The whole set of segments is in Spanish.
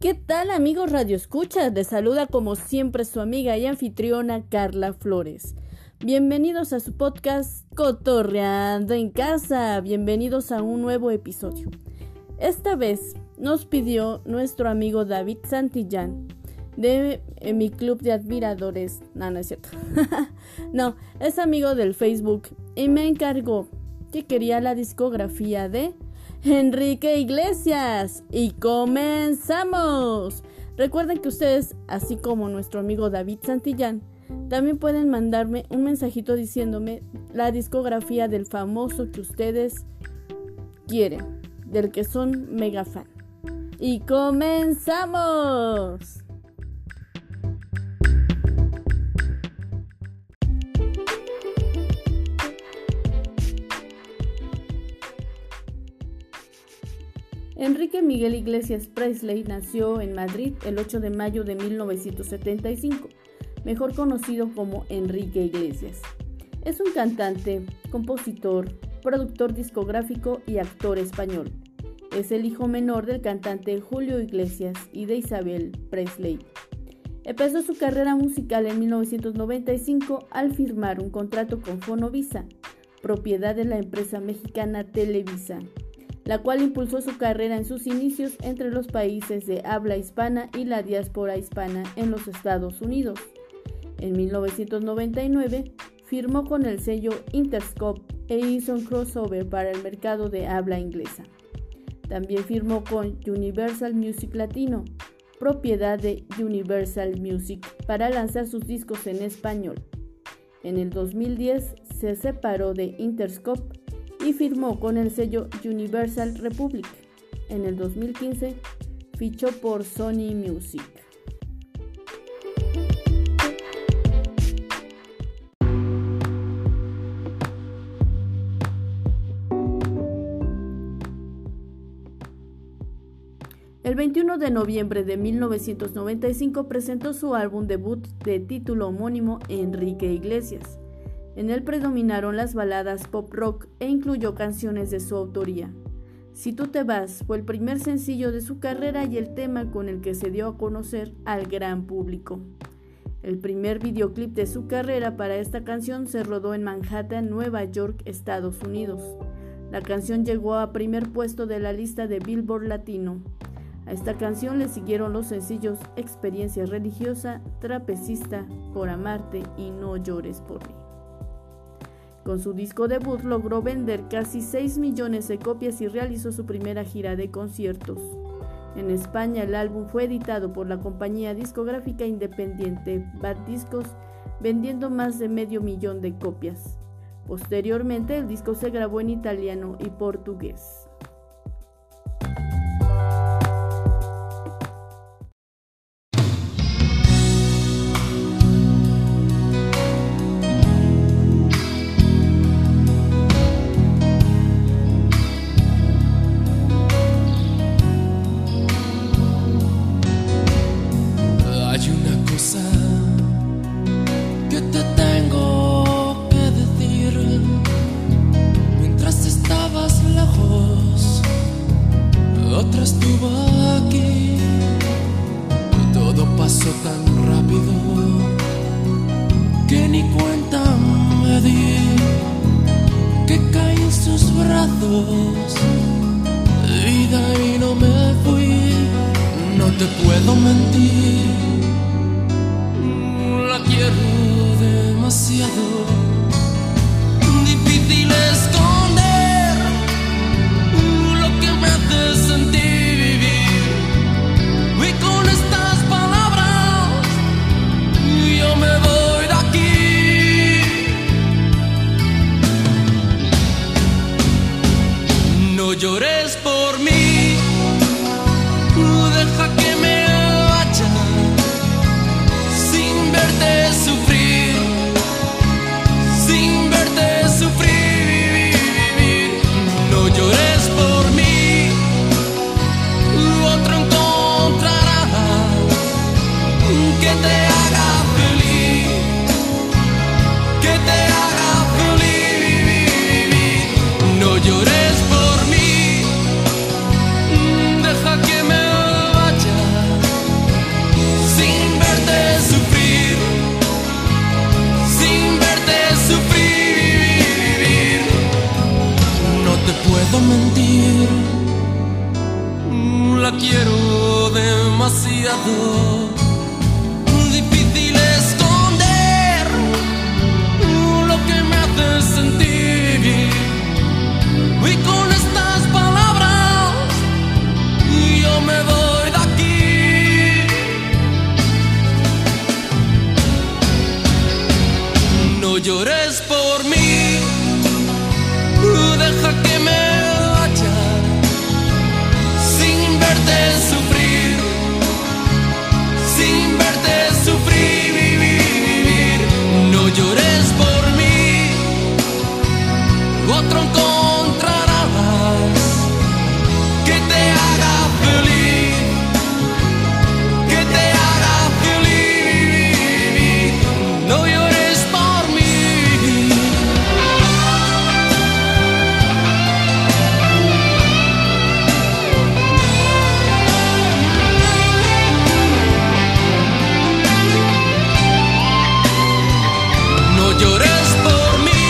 ¿Qué tal, amigos radioescuchas? Les saluda como siempre su amiga y anfitriona Carla Flores. Bienvenidos a su podcast Cotorreando en Casa. Bienvenidos a un nuevo episodio. Esta vez nos pidió nuestro amigo David Santillán de mi club de admiradores. No es cierto. No, es amigo del Facebook y me encargó que quería la discografía de Enrique Iglesias. Y comenzamos. Recuerden que ustedes, así como nuestro amigo David Santillán, también pueden mandarme un mensajito diciéndome la discografía del famoso que ustedes quieren, del que son mega fan. Y comenzamos. Enrique Miguel Iglesias Presley nació en Madrid el 8 de mayo de 1975, mejor conocido como Enrique Iglesias. Es un cantante, compositor, productor discográfico y actor español. Es el hijo menor del cantante Julio Iglesias y de Isabel Presley. Empezó su carrera musical en 1995 al firmar un contrato con Fonovisa, propiedad de la empresa mexicana Televisa, la cual impulsó su carrera en sus inicios entre los países de habla hispana y la diáspora hispana en los Estados Unidos. En 1999 firmó con el sello Interscope e hizo un crossover para el mercado de habla inglesa. También firmó con Universal Music Latino, propiedad de Universal Music, para lanzar sus discos en español. En el 2010 se separó de Interscope y firmó con el sello Universal Republic. En el 2015 fichó por Sony Music. El 21 de noviembre de 1995 presentó su álbum debut de título homónimo Enrique Iglesias. En él predominaron las baladas pop rock e incluyó canciones de su autoría. Si tú te vas fue el primer sencillo de su carrera y el tema con el que se dio a conocer al gran público. El primer videoclip de su carrera para esta canción se rodó en Manhattan, Nueva York, Estados Unidos. La canción llegó a primer puesto de la lista de Billboard Latino. A esta canción le siguieron los sencillos Experiencia Religiosa, Trapecista, Por Amarte y No Llores por mí. Con su disco debut logró vender casi 6 millones de copias y realizó su primera gira de conciertos. En España el álbum fue editado por la compañía discográfica independiente Bad Discos, vendiendo más de 500,000 de copias. Posteriormente el disco se grabó en italiano y portugués. Que ni cuenta me di, que caí en sus brazos y de ahí no me fui. No te puedo mentir, la quiero demasiado. Difícil esconder lo que me hace sentir vivir, y con estas palabras yo me voy. No llores por mí, deja que me vaya sin verte sufrir, sin verte sufrir. No llores por mí, otro encontrarás que te haga feliz, que te haga feliz. No llores por mí, la quiero demasiado. Difícil esconder lo que me hace sentir, y con estas palabras yo me voy de aquí. No llores por mí, deja que me vaya sin verte sufrir, sin verte sufrir, vivir. No llores por mí, otro encontrarás que te haga feliz, que te haga feliz. No llores por mí. No llores por mí,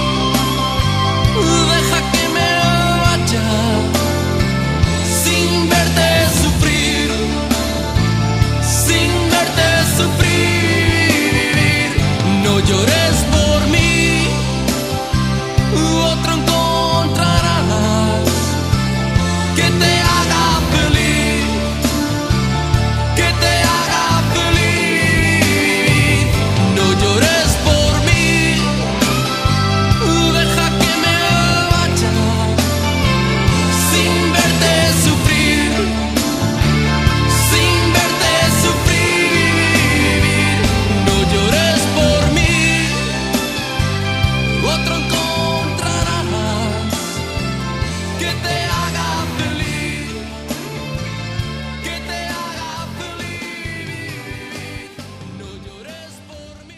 deja que me vaya sin verte sufrir, sin verte sufrir. No llores por mí, otro encontrarás que te haga feliz, que te haga feliz. No llores por mí, deja que me vaya sin verte sufrir, sin verte sufrir. No llores por mí, otro encontrarás que te haga feliz, que te haga feliz. No llores por mí.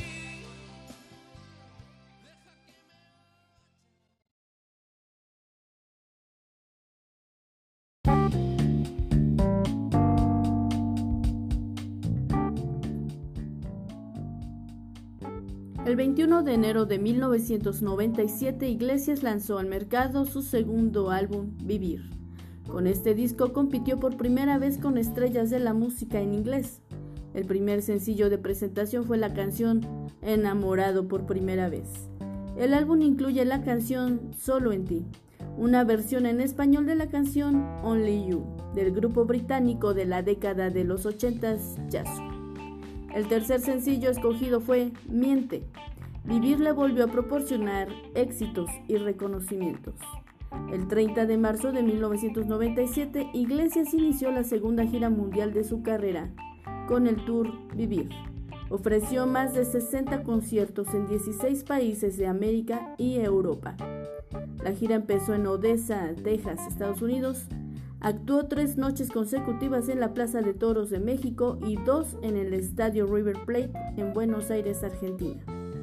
El 21 de enero de 1997, Iglesias lanzó al mercado su segundo álbum, Vivir. Con este disco compitió por primera vez con estrellas de la música en inglés. El primer sencillo de presentación fue la canción Enamorado por primera vez. El álbum incluye la canción Solo en ti, una versión en español de la canción Only You, del grupo británico de la década de los 80s, Yazoo. El tercer sencillo escogido fue Miente. Vivir le volvió a proporcionar éxitos y reconocimientos. El 30 de marzo de 1997, Iglesias inició la segunda gira mundial de su carrera, con el tour Vivir. Ofreció más de 60 conciertos en 16 países de América y Europa. La gira empezó en Odessa, Texas, Estados Unidos. Actuó 3 noches consecutivas en la Plaza de Toros de México y 2 en el Estadio River Plate en Buenos Aires, Argentina.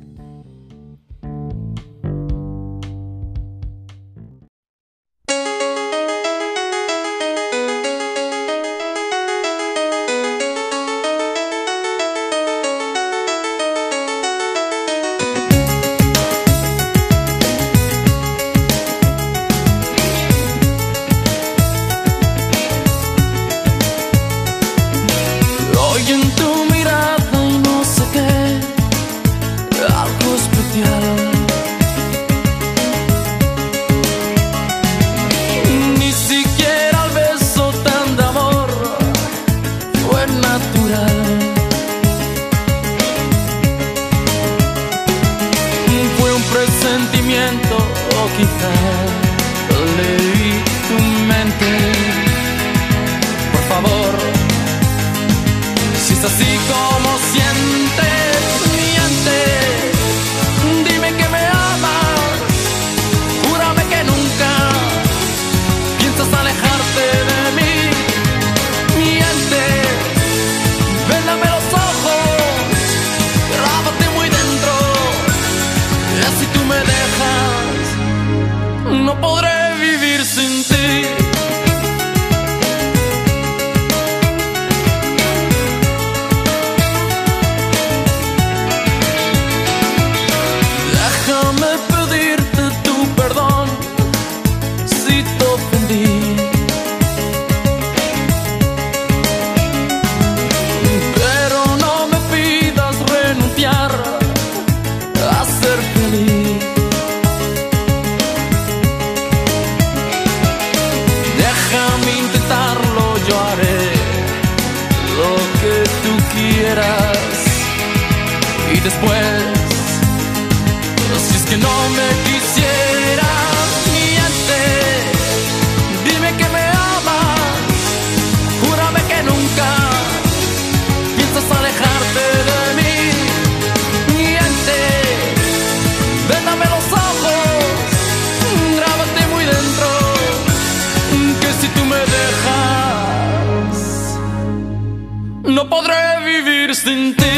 Hoy en tu mirada y no sé qué, algo especial. Ni siquiera el beso tan de amor fue natural. Fue un presentimiento o quizás leí tu mente. Por favor, si es así como sientes, miente. Dime que me amas, júrame que nunca piensas alejarte de mí. Miente, véndame los ojos, grábate muy dentro. Si tú me dejas, no podré vivir sin ti. después, si es que no me quisieras, miente, dime que me amas, júrame que nunca piensas alejarte de mí. Miente, véndame los ojos, grábate muy dentro, que si tú me dejas, no podré vivir sin ti.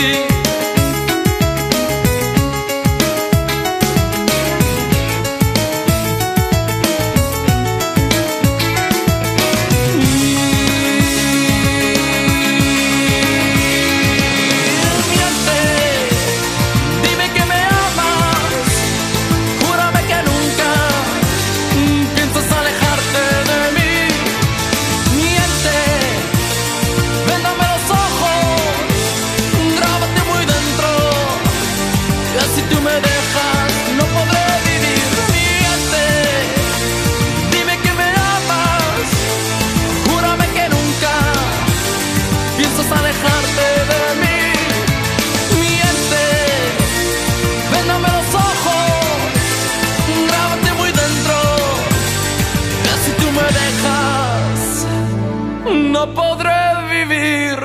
Alejarte de mí, miente, véndame los ojos, grábate muy dentro, que si tú me dejas, no podré vivir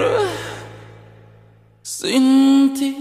sin ti.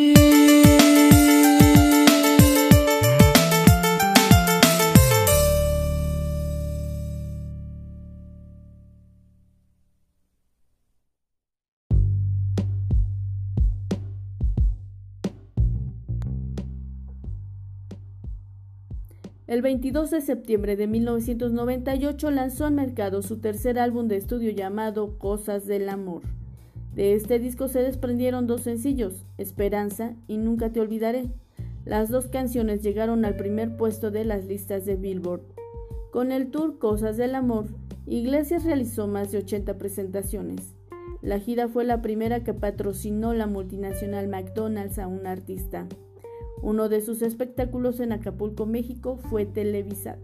El 22 de septiembre de 1998 lanzó al mercado su tercer álbum de estudio llamado Cosas del Amor. De este disco se desprendieron 2 sencillos, Esperanza y Nunca te olvidaré. Las 2 canciones llegaron al primer puesto de las listas de Billboard. Con el tour Cosas del Amor, Iglesias realizó más de 80 presentaciones. La gira fue la primera que patrocinó la multinacional McDonald's a un artista. Uno de sus espectáculos en Acapulco, México, fue televisado.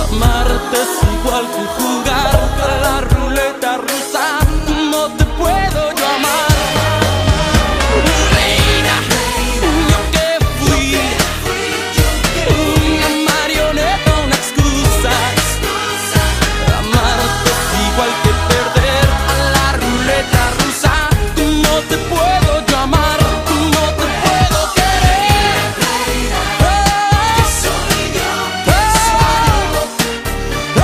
Amarte es igual que jugar a la ruleta rusa. No te puedo yo amar. Reina, yo que fui una marioneta, una excusa. Amarte es igual que perder a la ruleta rusa. No te puedo yo amar, no te puedo querer. Que soy yo, que soy yo.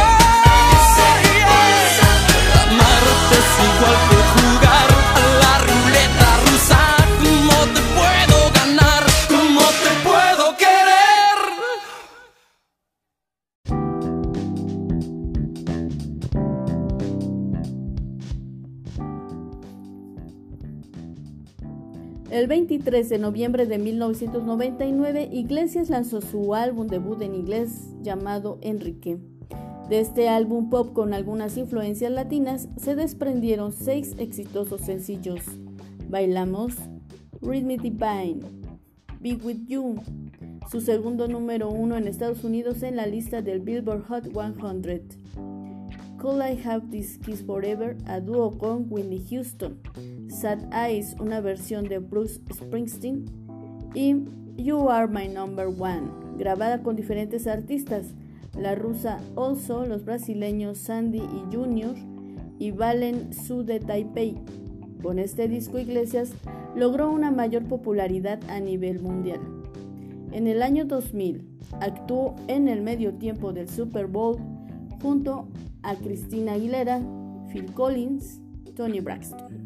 Amarte es igual que jugar a la ruleta rusa. No te puedo ganar, no te puedo querer. El 23 de noviembre de 1999, Iglesias lanzó su álbum debut en inglés llamado Enrique. De este álbum pop con algunas influencias latinas se desprendieron 6 exitosos sencillos: Bailamos, Read Me Divine, Be With You, su segundo número 1 en Estados Unidos en la lista del Billboard Hot 100, Could I Have This Kiss Forever, a dúo con Whitney Houston, Sad Eyes, una versión de Bruce Springsteen, y You Are My Number One, grabada con diferentes artistas, la rusa Also, los brasileños Sandy y Junior y Valen Su de Taipei. Con este disco Iglesias logró una mayor popularidad a nivel mundial. En el año 2000 actuó en el medio tiempo del Super Bowl junto a Christina Aguilera, Phil Collins, Toni Braxton.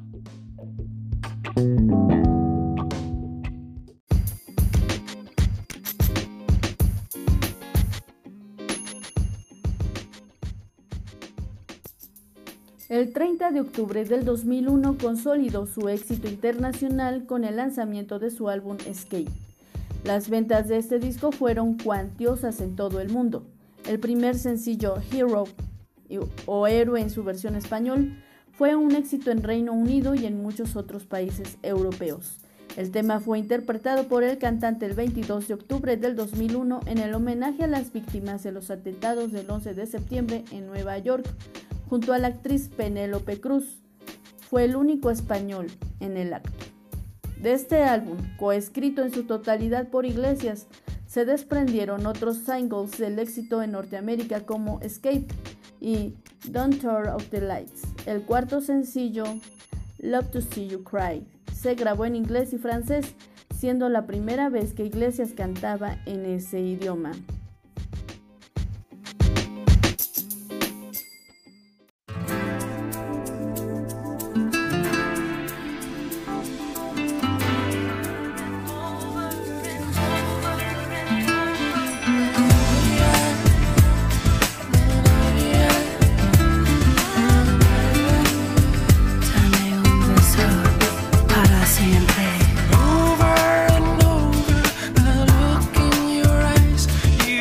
El 30 de octubre del 2001 consolidó su éxito internacional con el lanzamiento de su álbum Escape. Las ventas de este disco fueron cuantiosas en todo el mundo. El primer sencillo, Hero, o Héroe en su versión español, fue un éxito en Reino Unido y en muchos otros países europeos. El tema fue interpretado por el cantante el 22 de octubre del 2001 en el homenaje a las víctimas de los atentados del 11 de septiembre en Nueva York, junto a la actriz Penélope Cruz. Fue el único español en el acto. De este álbum, coescrito en su totalidad por Iglesias, se desprendieron otros singles del éxito en Norteamérica como Escape y Don't Turn Off the Lights. El cuarto sencillo, Love to See You Cry, se grabó en inglés y francés, siendo la primera vez que Iglesias cantaba en ese idioma. Over and over, I look in your eyes.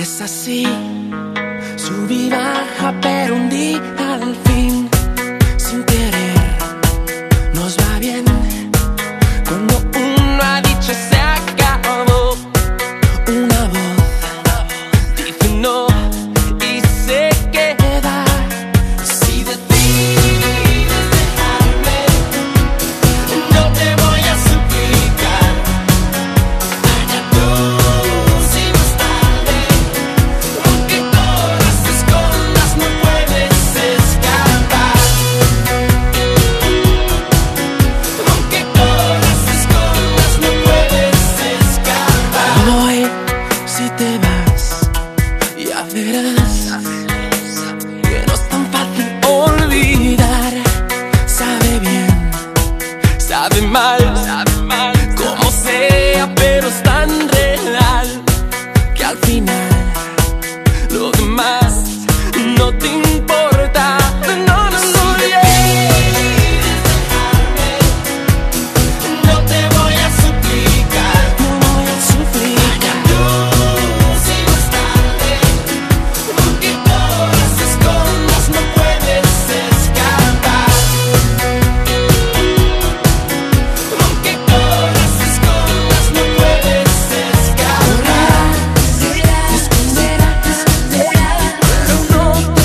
Es así, sub y baja, pero un día al fin, sin querer, nos va bien. Cuando uno ha dicho se acabó, una voz dice no y se queda. Si decides dejarme, no te voy a suplicar. Allá tú, si más tarde, aunque corras, te escondas, no puedes escapar. Aunque corras, te escondas, no puedes escapar. Hoy, si te vas, ya verás que no es tan fácil olvidar. Sabe bien, sabe mal, como sea, pero es tan real que al final lo demás no te importa. No, no, no, no te voy a suplicar, no voy a suplicar. Tú, si más tarde, aunque corras, te escondas, no puedes escapar. Aunque corras, te escondas, no puedes escapar. Te esconderás, pero no te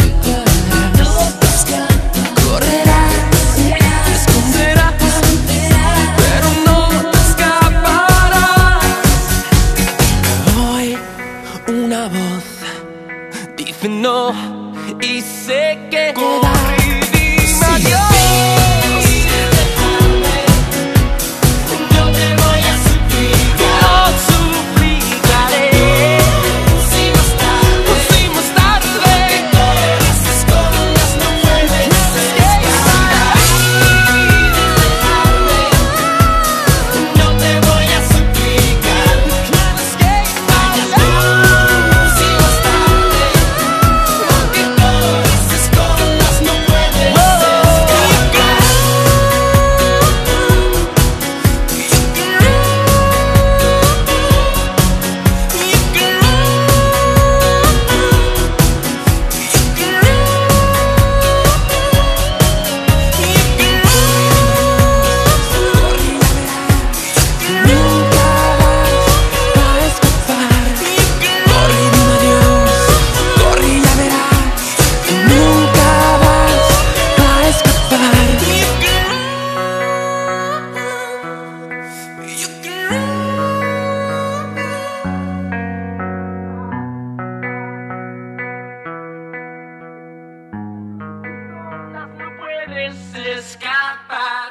escaparás. Correrás, te esconderás, pero no te escaparás. Hoy una voz dice no y sé que corre y dime adiós. No te voy a suplicar, no suplicaré. Si más tarde, aunque corras, te escondas, no puedes escapar. No te voy a suplicar, allá tú, si más tarde, aunque corras, te escondas, no puedes escapar. Nunca vas a escapar. Corre y dime adiós, corre y ya verás que nunca vas a escapar. No puedes escapar.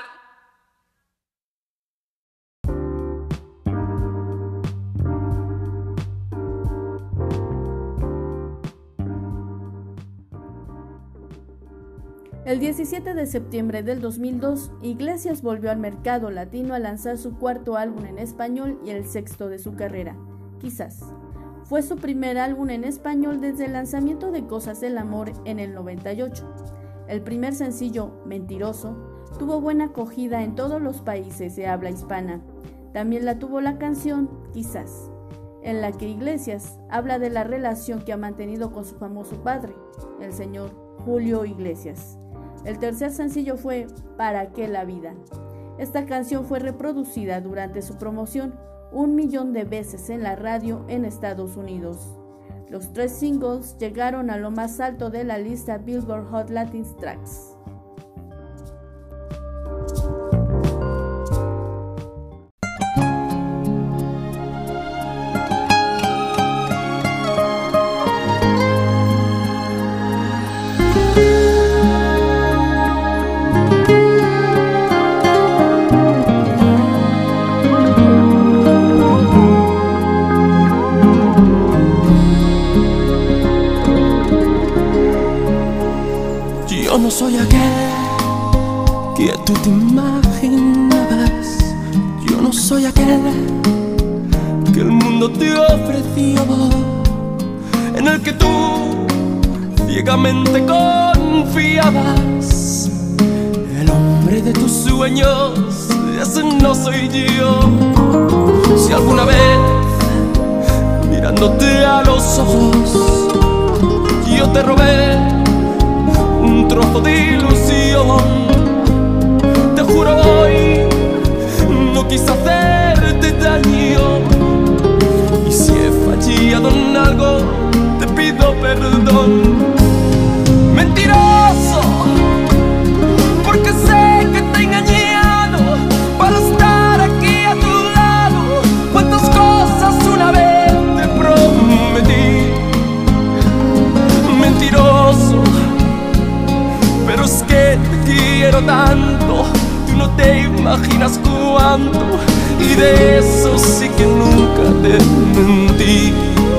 El 17 de septiembre del 2002, Iglesias volvió al mercado latino al lanzar su cuarto álbum en español y el sexto de su carrera, Quizás. Fue su primer álbum en español desde el lanzamiento de Cosas del Amor en el 98. El primer sencillo, Mentiroso, tuvo buena acogida en todos los países de habla hispana. También la tuvo la canción Quizás, en la que Iglesias habla de la relación que ha mantenido con su famoso padre, el señor Julio Iglesias. El tercer sencillo fue ¿Para qué la vida? Esta canción fue reproducida durante su promoción 1 millón de veces en la radio en Estados Unidos. Los 3 singles llegaron a lo más alto de la lista Billboard Hot Latin Tracks. Yo no soy aquel que tú te imaginabas. Yo no soy aquel que el mundo te ofreció, en el que tú ciegamente confiabas. El hombre de tus sueños, ese no soy yo. Si alguna vez mirando mirándote a los ojos. Yo te robé un trozo de ilusión. Te juro hoy, no quise hacerte daño. Y si he fallado en algo, te pido perdón. Mentiroso, porque sé que te he engañado para estar aquí a tu lado. Cuántas cosas una vez te prometí. Mentiroso, pero es que te quiero tanto, tú no te imaginas cuánto, y de eso sí que nunca te mentí.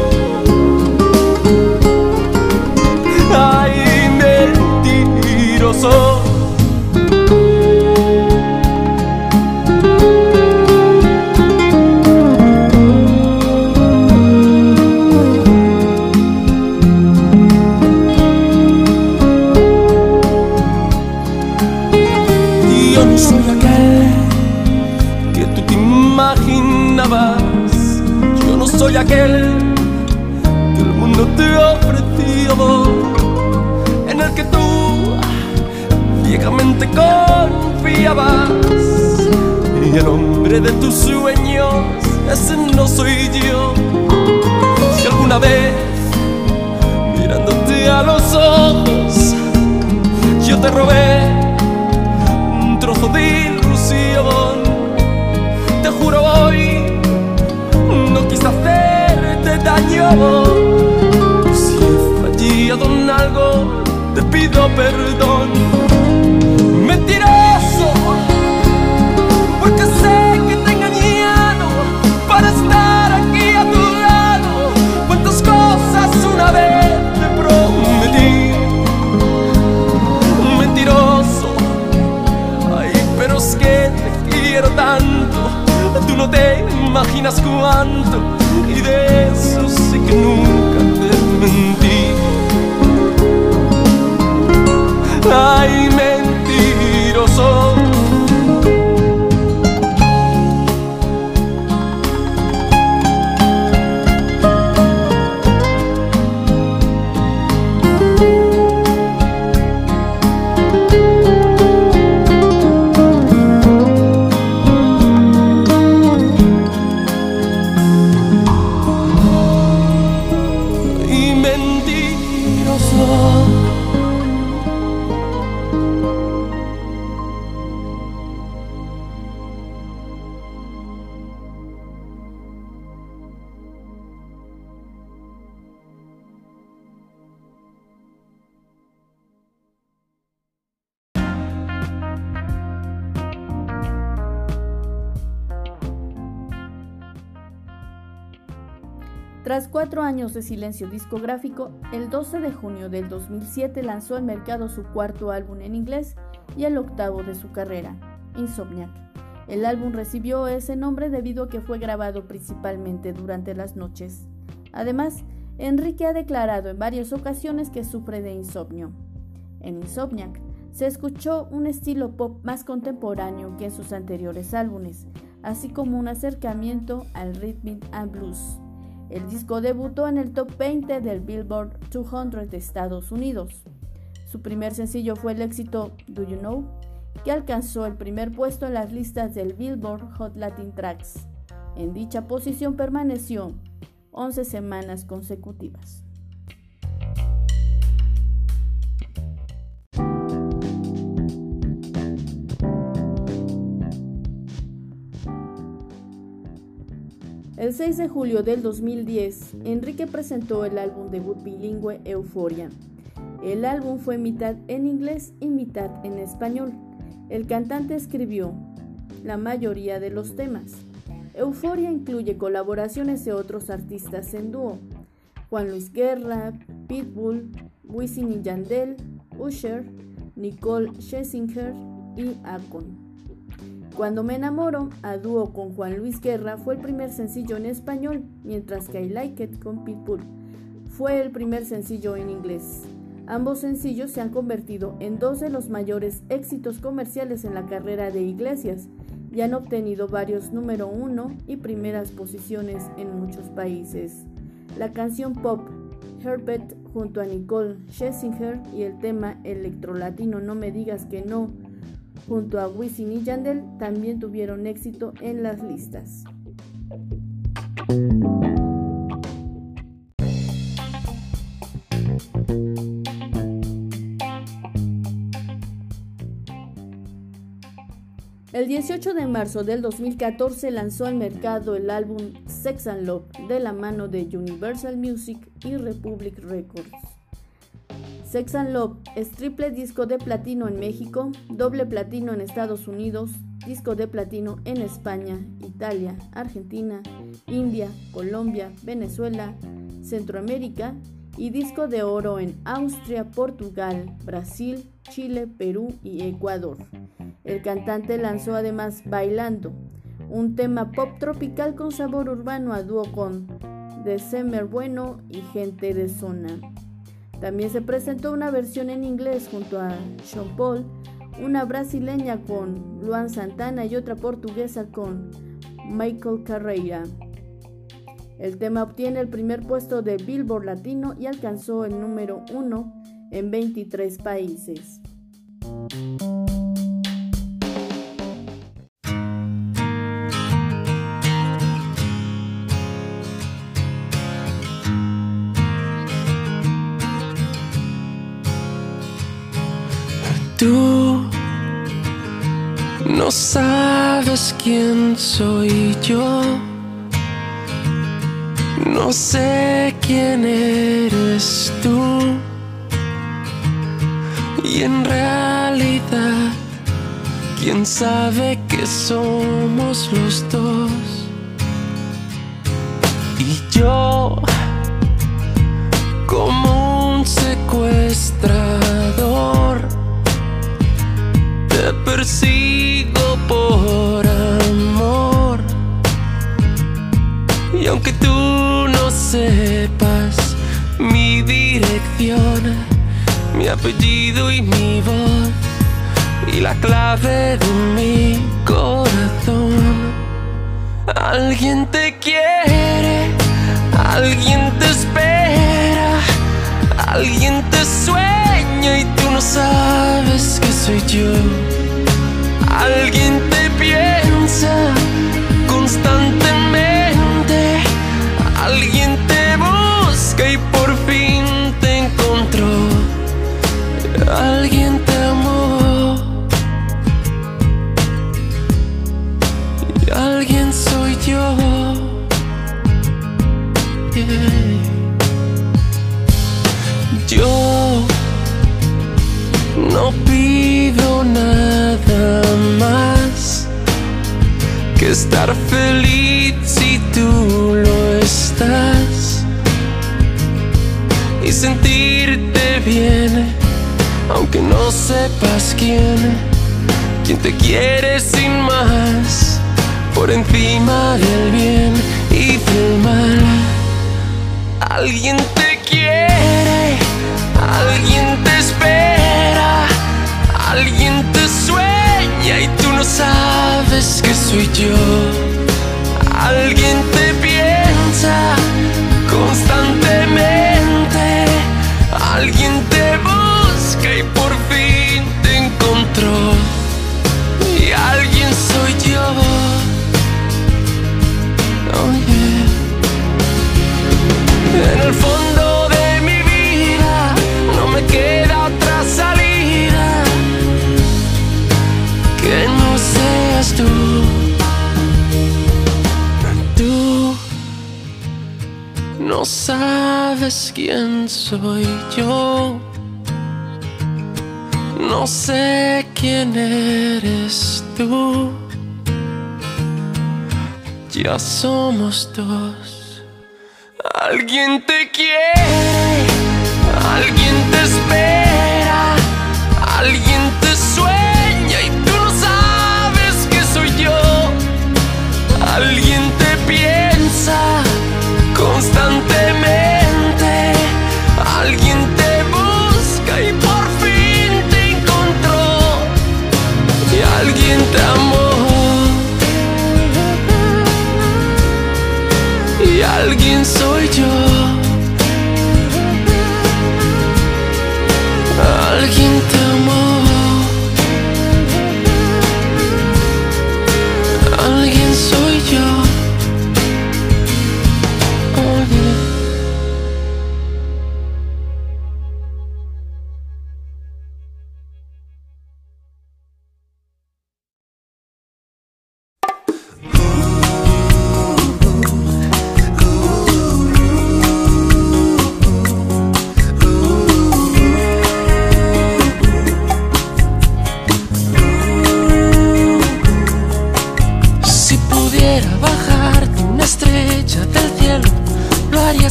Ay, mentiroso. Yo no soy aquel que tú te imaginabas. Yo no soy aquel que el mundo te ofreció, en el que tú ciegamente confiabas. Y el hombre de tus sueños, ese no soy yo. Si alguna vez, mirándote a los ojos, yo te robé un trozo de ilusión, te juro hoy, no quise hacerte daño. Si he fallado en algo, te pido perdón. Mentiroso, porque sé que te he engañado para estar aquí a tu lado. Cuántas cosas una vez te prometí. Mentiroso, ay, pero es que te quiero tanto, tú no te imaginas cuánto, y de eso sí que nunca te mentí. Ay, mentiroso. Y mentiroso. Tras 4 años de silencio discográfico, el 12 de junio del 2007 lanzó al mercado su cuarto álbum en inglés y el octavo de su carrera, Insomniac. El álbum recibió ese nombre debido a que fue grabado principalmente durante las noches. Además, Enrique ha declarado en varias ocasiones que sufre de insomnio. En Insomniac se escuchó un estilo pop más contemporáneo que en sus anteriores álbumes, así como un acercamiento al rhythm and blues. El disco debutó en el top 20 del Billboard 200 de Estados Unidos. Su primer sencillo fue el éxito Do You Know, que alcanzó el primer puesto en las listas del Billboard Hot Latin Tracks. En dicha posición permaneció 11 semanas consecutivas. El 6 de julio del 2010, Enrique presentó el álbum debut bilingüe Euphoria. El álbum fue mitad en inglés y mitad en español. El cantante escribió la mayoría de los temas. Euphoria incluye colaboraciones de otros artistas en dúo: Juan Luis Guerra, Pitbull, Wisin y Yandel, Usher, Nicole Scherzinger y Akon. Cuando me enamoro, a dúo con Juan Luis Guerra, fue el primer sencillo en español, mientras que I Like It con Pitbull fue el primer sencillo en inglés. Ambos sencillos se han convertido en 2 de los mayores éxitos comerciales en la carrera de Iglesias y han obtenido varios número 1 y primeras posiciones en muchos países. la canción pop Herbert junto a Nicole Scherzinger y el tema electrolatino No me digas que no junto a Wisin y Yandel también tuvieron éxito en las listas. El 18 de marzo del 2014 lanzó al mercado el álbum Sex and Love de la mano de Universal Music y Republic Records. Sex and Love es triple disco de platino en México, doble platino en Estados Unidos, disco de platino en España, Italia, Argentina, India, Colombia, Venezuela, Centroamérica y disco de oro en Austria, Portugal, Brasil, Chile, Perú y Ecuador. El cantante lanzó además Bailando, un tema pop tropical con sabor urbano a dúo con December Bueno y Gente de Zona. También se presentó una versión en inglés junto a Sean Paul, una brasileña con Luan Santana y otra portuguesa con Michael Carreira. El tema obtiene el primer puesto de Billboard Latino y alcanzó el número 1 en 23 países. Tú no sabes quién soy yo, no sé quién eres tú, y en realidad, quién sabe que somos los dos. Y yo, como un secuestrador, te persigo por amor. Y aunque tú no sepas mi dirección, mi apellido y mi voz y la clave de mi corazón, alguien te quiere, alguien te espera, alguien te sueña y tú no sabes que soy yo. Alguien te piensa constantemente, alguien te busca y por fin te encontró. Alguien te amó y alguien soy yo. Yeah. Yo no pido nada más que estar feliz si tú lo estás y sentirte bien, aunque no sepas quién te quiere sin más, por encima del bien y del mal. Alguien te quiere, alguien te espera, alguien te sueña y tú no sabes que soy yo. Alguien te piensa constantemente, alguien te busca y por fin te encontró. Y alguien soy yo. Oh yeah. En el fondo de mi vida no me queda otra salida que no seas tú. Tú no sabes quién soy yo, no sé quién eres tú. Ya somos dos. Alguien te quiere, alguien te espera, alguien te sueña y tú no sabes que soy yo. Alguien te piensa constantemente, alguien te busca y por fin te encontró. Y alguien te amó y alguien soy yo.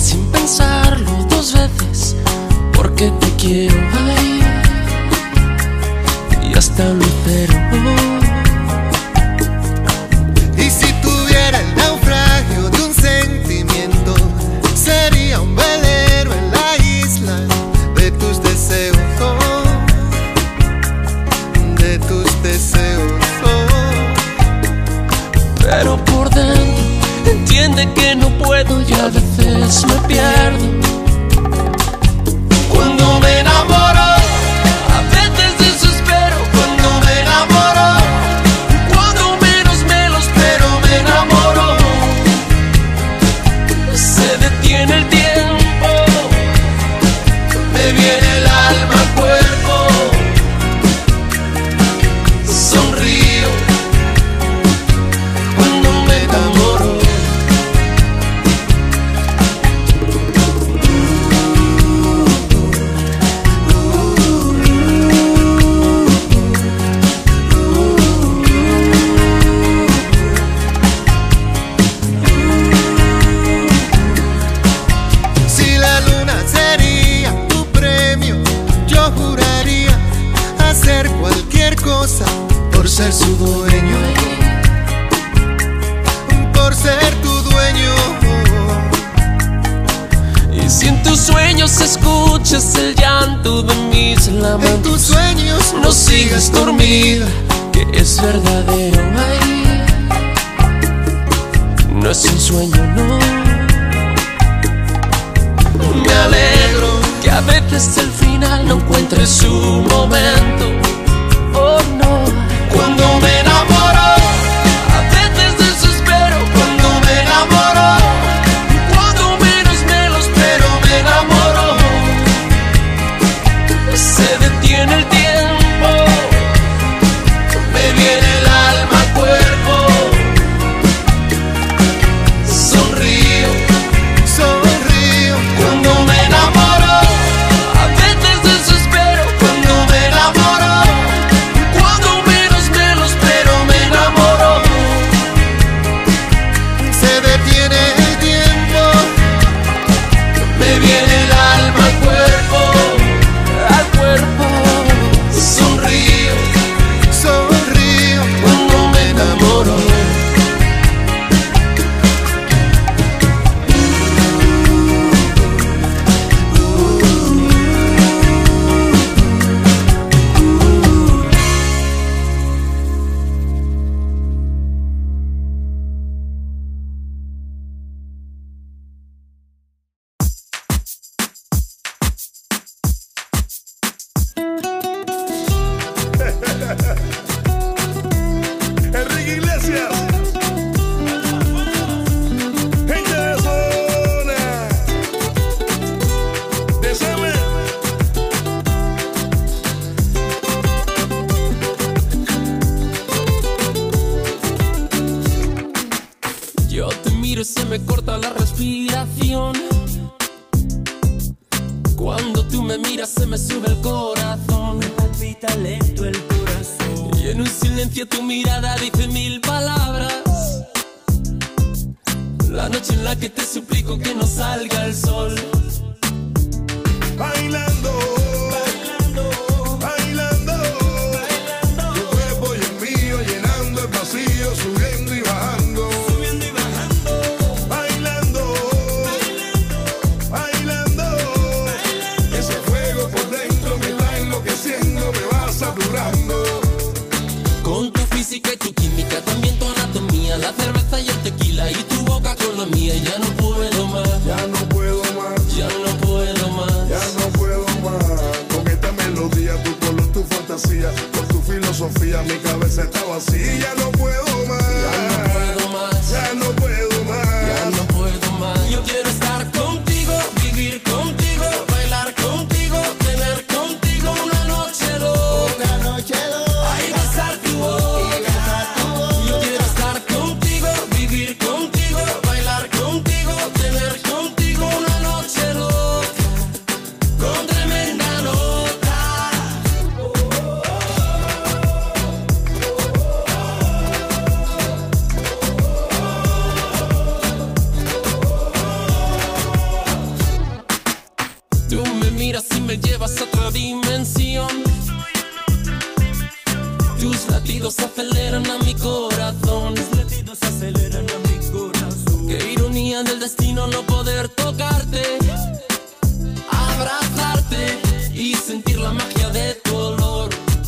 sin pensarlo dos veces, porque te quiero, ay, y hasta lo espero. Y si tuviera el naufragio de un sentimiento, sería un velero en la isla de tus deseos, de tus deseos. Pero por dentro entiende que no puedo y a veces me pierdo. Cuando me enamoro, A veces desespero cuando me enamoro, cuando menos me lo espero me enamoro. Se detiene el tiempo, me viene el alma al cuerpo, sonrío cuando me enamoro. Si la luna sería tu premio, yo juraría hacer cualquier cosa por ser su dueño, por ser tu dueño. Y si en tus sueños escuchas el llanto de mis En lamentos, tus sueños no sigas dormida, que es verdadero, ay, no es un sueño, no. Me alegro que a veces el final no encuentre su momento, oh no. Cuando me enamoro, A veces desespero cuando me enamoro, cuando menos me lo espero me enamoro. Se detiene el tiempo, me viene el alma al cuerpo, sonrío sonrío. cuando me enamoro. A veces desespero cuando me enamoro, cuando menos me lo espero me enamoro. Se detiene el tiempo, me viene el alma al cuerpo, Sonrío sonrío. cuando me enamoro. Enrique Iglesias, gente de zona, de Seme. Yo te miro y se me corta la respiración. Cuando tú me miras se me sube el corazón. Me palpita lento el corazón. Y en un silencio tu mirada dice mil palabras. La noche en la que te suplico que no salga el sol. Bailando, bailando, tu cuerpo y el mío llenando el vacío, subiendo y bajando, bailando, bailando, ese fuego por dentro me está enloqueciendo, me va saturando. Con tu física y tu química, también tu anatomía, la cerveza y el tequila y tu boca con la mía. Ya no puedo más, Ya no puedo más, ya no puedo más. ya no puedo más. Con esta melodía, tu color, tu fantasía, con tu filosofía, mi cabeza está vacía. Ya no puedo más, Ya no puedo más, ya no puedo más. ya no puedo más. Yo quiero estar contigo, vivir contigo, bailar contigo, tener contigo una noche loca. Ay, besar tu boca. Yo quiero estar contigo, vivir contigo, bailar contigo, tener contigo una noche loca. Con tremenda nota. aceleran a mi corazón. Mis latidos aceleran a mi corazón. Qué ironía del destino no poder tocarte, abrazarte y sentir la magia de tu olor.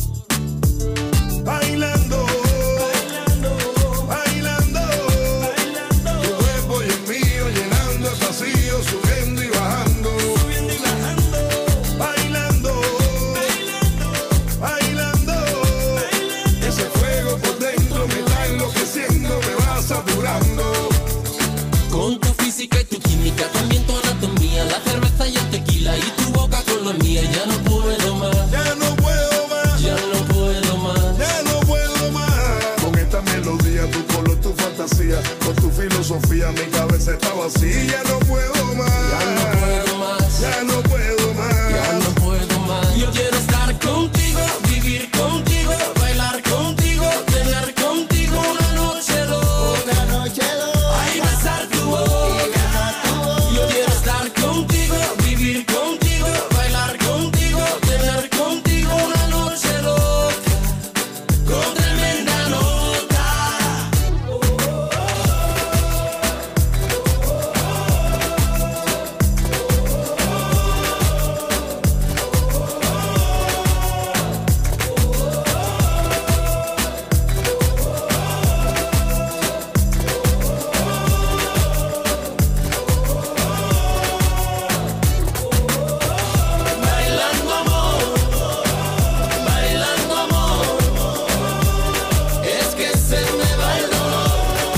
Bailando, bailando, tu cuerpo y el mío llenando el vacío, subiendo y bajando, bailando, bailando, ese fuego por dentro me está enloqueciendo, me va saturando. Con tu física y tu química, también tu anatomía, la cerveza y el tequila y tu boca con la mía, ya no puedo más. Ya no puedo más, Ya no puedo más. ya no puedo más. Con esta melodía, tu color, tu fantasía, con tu filosofía, mi cabeza está vacía. Ya no puedo más, Ya no puedo más. ya no puedo más. Ya no puedo más. Yo quiero estar contigo, vivir contigo, bailar contigo, tener contigo una noche loca. Ay, besar tu boca. Yo quiero estar contigo, vivir contigo, bailar contigo, tener contigo una noche loca. Con tremenda nota. Bailando amor, es que se me va el dolor.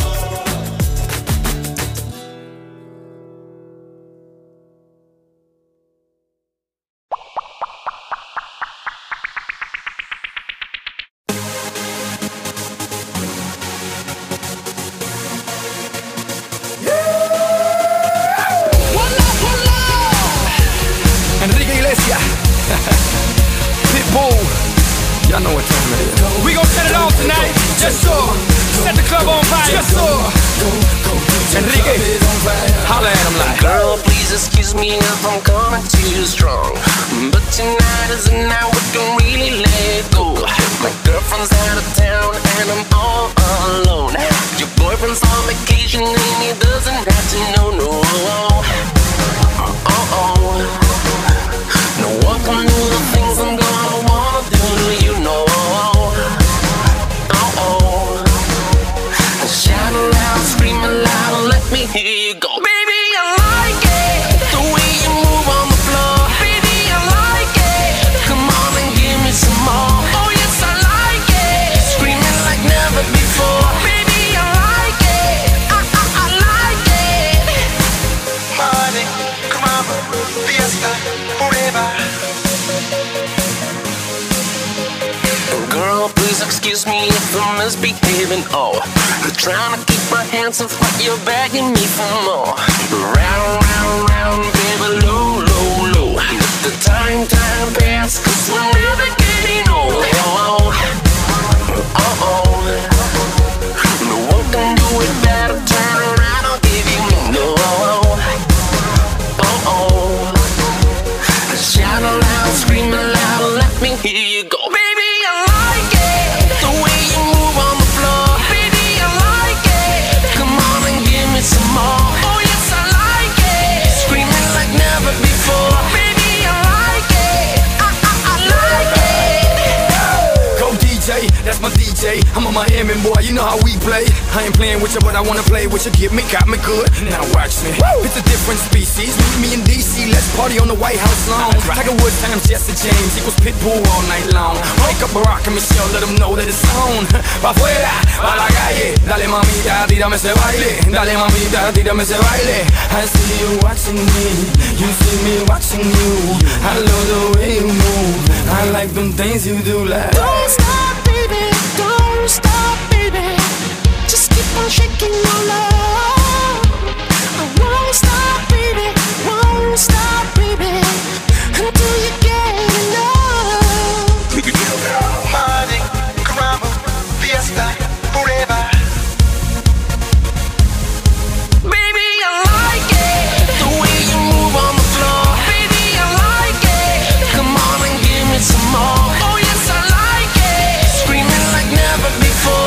Enrique Iglesias. Pitbull. Y'all know what time it is. We gon' set it off tonight. Just so. Set the club on fire. Just so. Enrique. Holla at him like. Girl, please excuse me if I'm coming too strong, but tonight is the night we can really let go. My girlfriend's out of town and I'm all alone. Your boyfriend's on vacation and he doesn't have to know, no. No one can do the things I'm gonna wanna do, you know. Shout aloud, scream aloud, let me hear you go. Baby, I like it, the way you move on the floor. Baby, I like it, come on and give me some more. Oh yes, I like it, screaming like never before. Baby, I like it, I like it. Party, come on, fiesta, forever. Girl, please excuse me if I'm misbehaving. Oh, I'm trying to keep my hands off, but you're begging me for more. Round, round, round, baby, low, low, low. Let the time pass, 'cause we're never getting old. No one can do it better. Turn around, I'll give you no. Shout aloud, scream aloud, let me hear you go. Baby, I like it, the way you move on the floor. Baby, I like it, come on and give me some more. Oh yes, I like it, screaming like never before. Baby, I like it, I like it. Go DJ, that's my DJ. I'm a Miami boy, you know how we play. I ain't playing with you, but I wanna play with you. Get me, got me good. Now watch me. It's a different species. Meet me in DC, let's party on the White House lawn. Tiger Woods times Jesse James equals Pitbull all night long. Wake up Barack and Michelle, let them know that it's on. Pa' afuera, pa' la calle. Dale mamita, tírame ese baile. Dale mamita, tírame ese baile. I see you watching me, you see me watching you. I love the way you move. I like them things you do like. Don't stop, baby, don't stop, baby. Just keep on shaking your love. I won't stop, baby, won't stop, baby, until you get enough. Party, come on, fiesta, forever. Baby, I like it, the way you move on the floor. Baby, I like it, come on and give me some more. Oh yes, I like it, screaming like never before.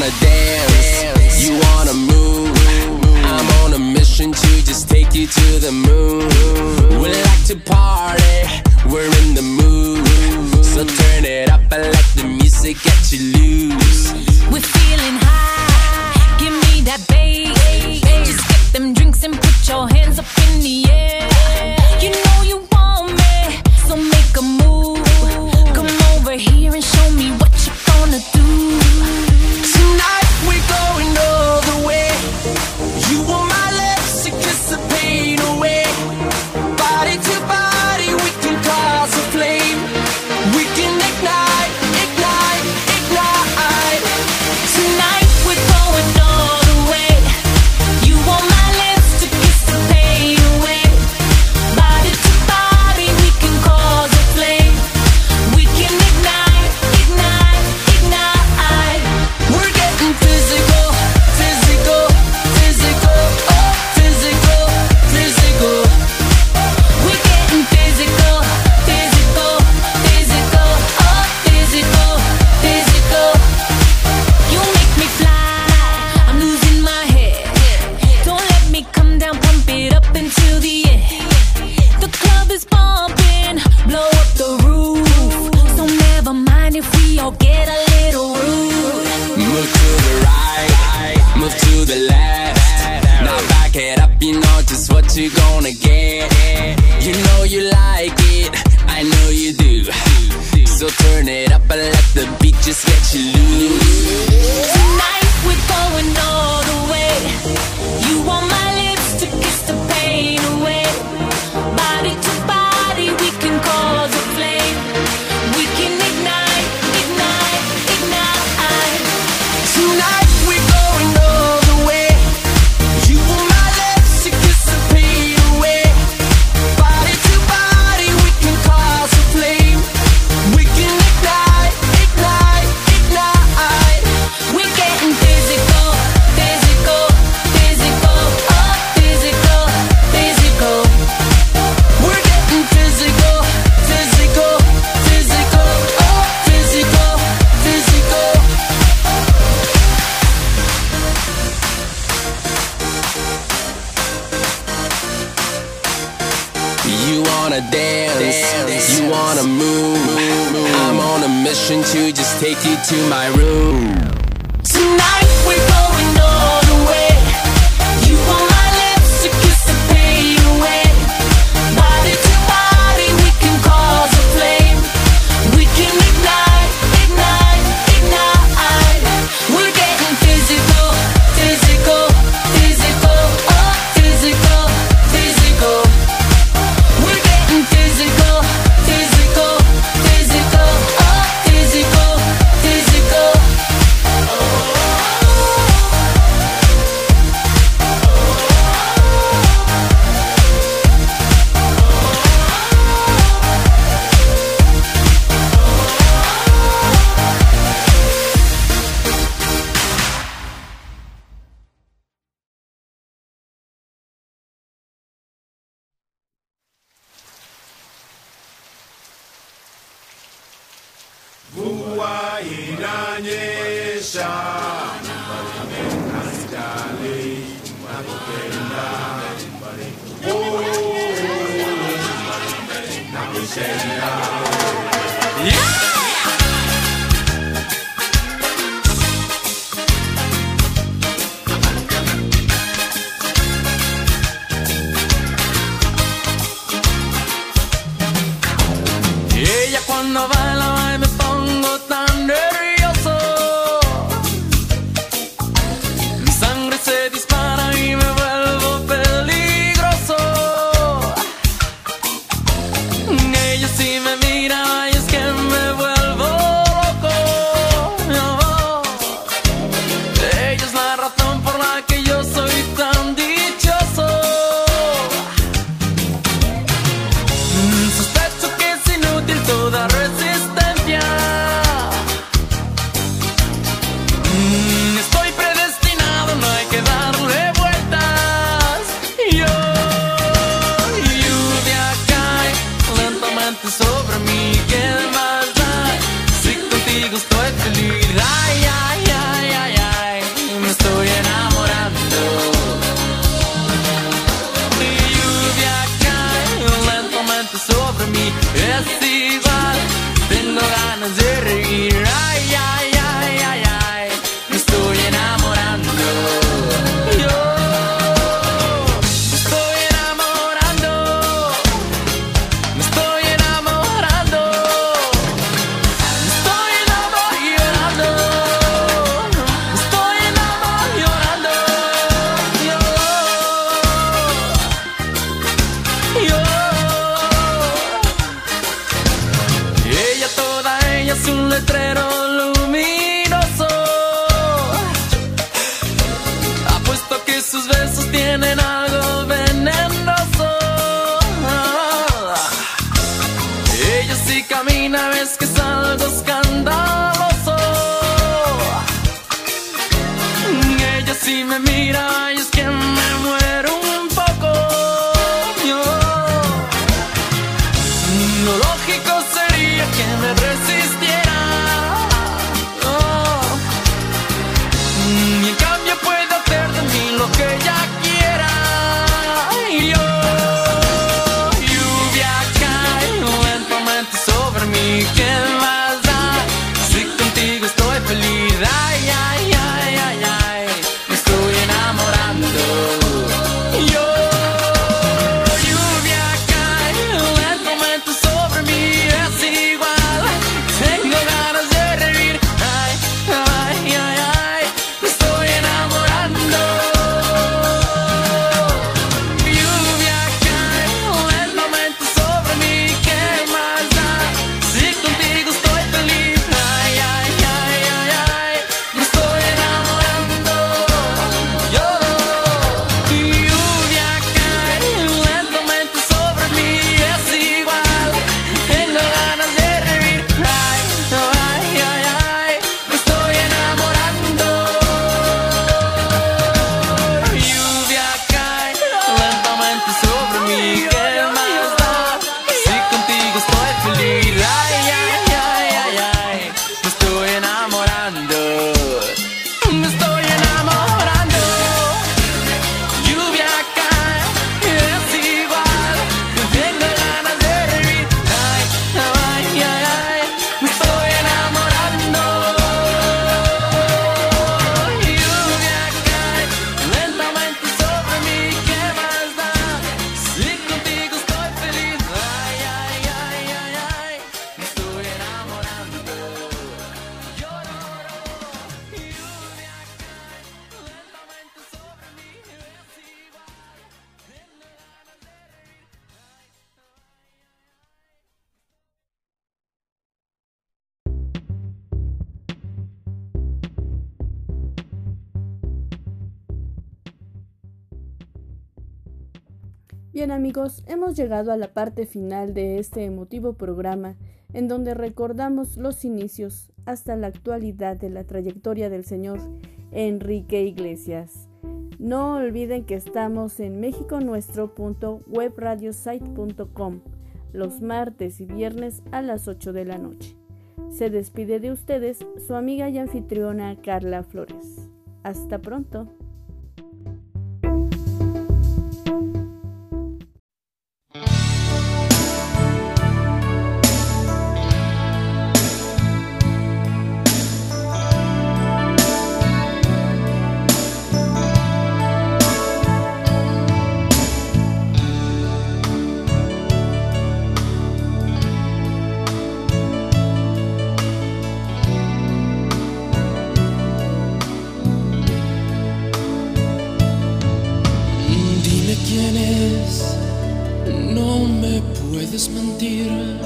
wanna dance, you wanna move. I'm on a mission to just take you to the moon. We like to party, we're in the mood. So turn it up and let the music get you loose. We're feeling high, give me that bass. Just get them drinks and put your hands up in the air. You know you want me, so make a move. Come over here and show me what you're gonna do. Tonight we're going all the way. You want my lips to kiss the pain away. Body to body we can cause a flame. We can ignite, ignite, ignite. Tonight we're going all the way. You want my lips to kiss the pain away. Body to body we can cause a flame. We can ignite, ignite, ignite. We're getting physical, physical, physical, oh, physical, physical. We're getting physical, physical, physical, oh, physical, physical. You make me fly, I'm losing my head. Don't let me come down, pump it up until the end. The club is bumping, blow up the roof. So never mind if we all get a little rude. Move to the right, move to the left. Now back it up, you know just what you're gonna get. You know you like it, I know you do. So turn it up and let the beat just get you loose. Tonight we're going all the way. You want my lips to kiss the pain away. Body to body we can cause a flame. We can ignite, ignite, ignite. Tonight we're going all the way. You want my lips to kiss the pain away. Body to body we can cause a flame. We can ignite, ignite, ignite. We're getting physical, physical, physical, oh, physical, physical. We're getting physical, physical, physical, oh, physical, physical. You wanna dance, you wanna move. I'm on a mission to just take you to my room. Tonight we're going all the way. You want my lips to kiss the pain away. Body to body we can cause a flame. We can ignite, ignite, ignite. We're getting physical, physical, physical, oh, physical, physical. We're getting physical, physical, physical, oh, physical, physical. Mvua inanyesha, asijali nakupenda, nakupenda. Ella cuando baila me pongo tan nervioso. Mi sangre se dispara y me vuelvo peligroso. Ella sí me mira una vez que salgo escandaloso. Ella sí me mira y es que me muero un poco. Lo lógico sería que me resistiera. Y en cambio puedo hacer de mí lo que ella quiera. Lluvia cae lentamente sobre mí. ¿Qué más da? Si contigo estoy feliz. Ay, ay, ay, ay, ay, me estoy enamorando. Lluvia cae lentamente sobre mí. Es igual, tengo ganas de reír. Ay, ay, ay, ay, me estoy enamorando. Lluvia cae lentamente sobre mí. ¿Qué más da? Si contigo estoy feliz. Ay, ay, ay, ay, ay, me estoy enamorando. Lluvia cae lentamente sobre mí. Es igual, tengo ganas de reír. Ay, ay, ay, ay, me estoy enamorando. Lluvia cae lentamente sobre mí. ¿Qué más da? Si contigo estoy feliz. Ay, ay, ay, ay, ay, me estoy enamorando. Me estoy enamorando. Lluvia cae, es igual, tengo ganas de reír. Ay, ay, ay, ay, me estoy enamorando. Lluvia cae lentamente sobre mí. ¿Qué más da? Si contigo estoy feliz. Ay, ay, ay, ay, ay, me estoy enamorando. Lluvia cae lentamente sobre mí. Es igual, tengo ganas de reír. Bien amigos, hemos llegado a la parte final de este emotivo programa en donde recordamos los inicios hasta la actualidad de la trayectoria del señor Enrique Iglesias. No olviden que estamos en mexiconuestro.webradiosite.com los martes y viernes a las 8 de la noche. Se despide de ustedes su amiga y anfitriona Carla Flores. Hasta pronto. Dime quién es, no me puedes mentir.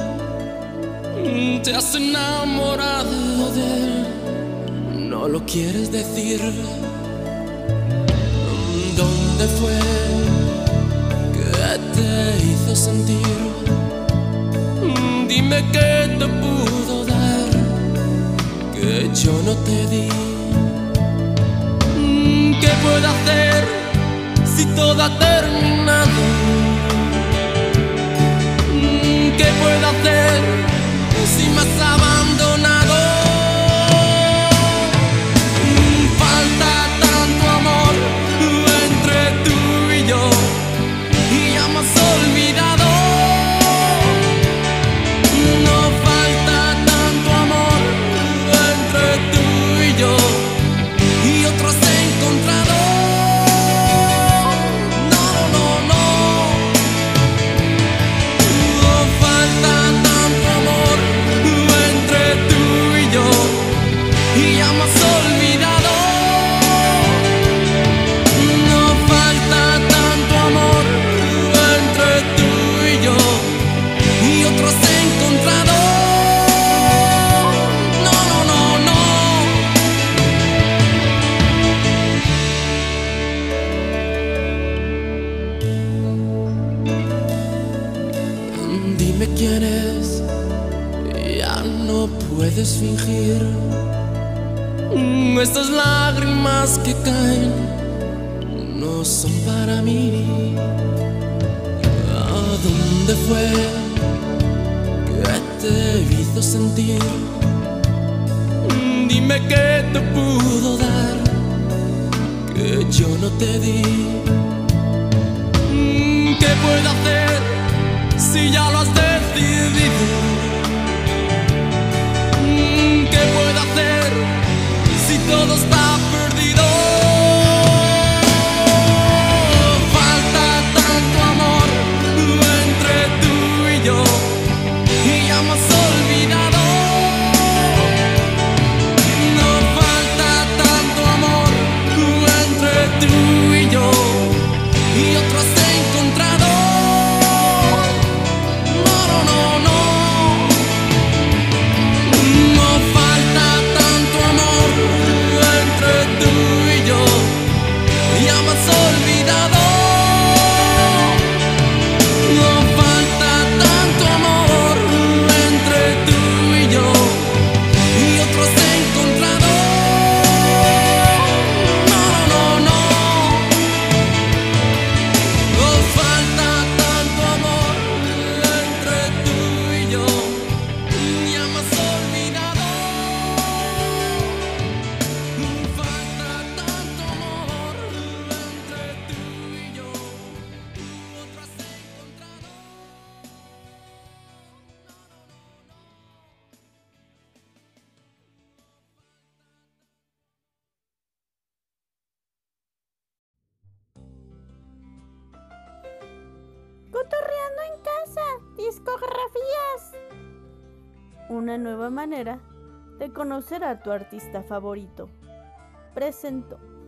Te has enamorado de él, no lo quieres decir. ¿Dónde fue que te hizo sentir? Dime qué te pudo dar que yo no te di. ¿Qué puedo hacer si todo ha terminado? ¿Qué puedo hacer si me has abandonado? Falta tanto amor entre tú y yo y ya me has olvidado. No falta tanto amor entre tú y yo y otros he encontrado. No, no, no, no. Falta tanto amor entre puedes fingir. Estas lágrimas que caen no son para mí. ¿A dónde fue que te hizo sentir? Dime qué te pudo dar que yo no te di. ¿Qué puedo hacer si ya lo has decidido? ¿Qué puedo hacer si todo está perdido? Falta tanto amor entre tú y yo y ya me has olvidado. No falta tanto amor entre tú y yo y otro has encontrado. No, no, no, no. No falta tanto amor entre tú y yo y ya me has olvidado. No falta tanto amor entre tú y yo y otro has encontrado. No, no, no. No falta tanto amor entre tú y yo y ya me has olvidado. Falta tanto amor entre tú y yo, otro has encontrado. Cotorreando en casa, discografías. Una nueva manera de conocer a tu artista favorito. Presento.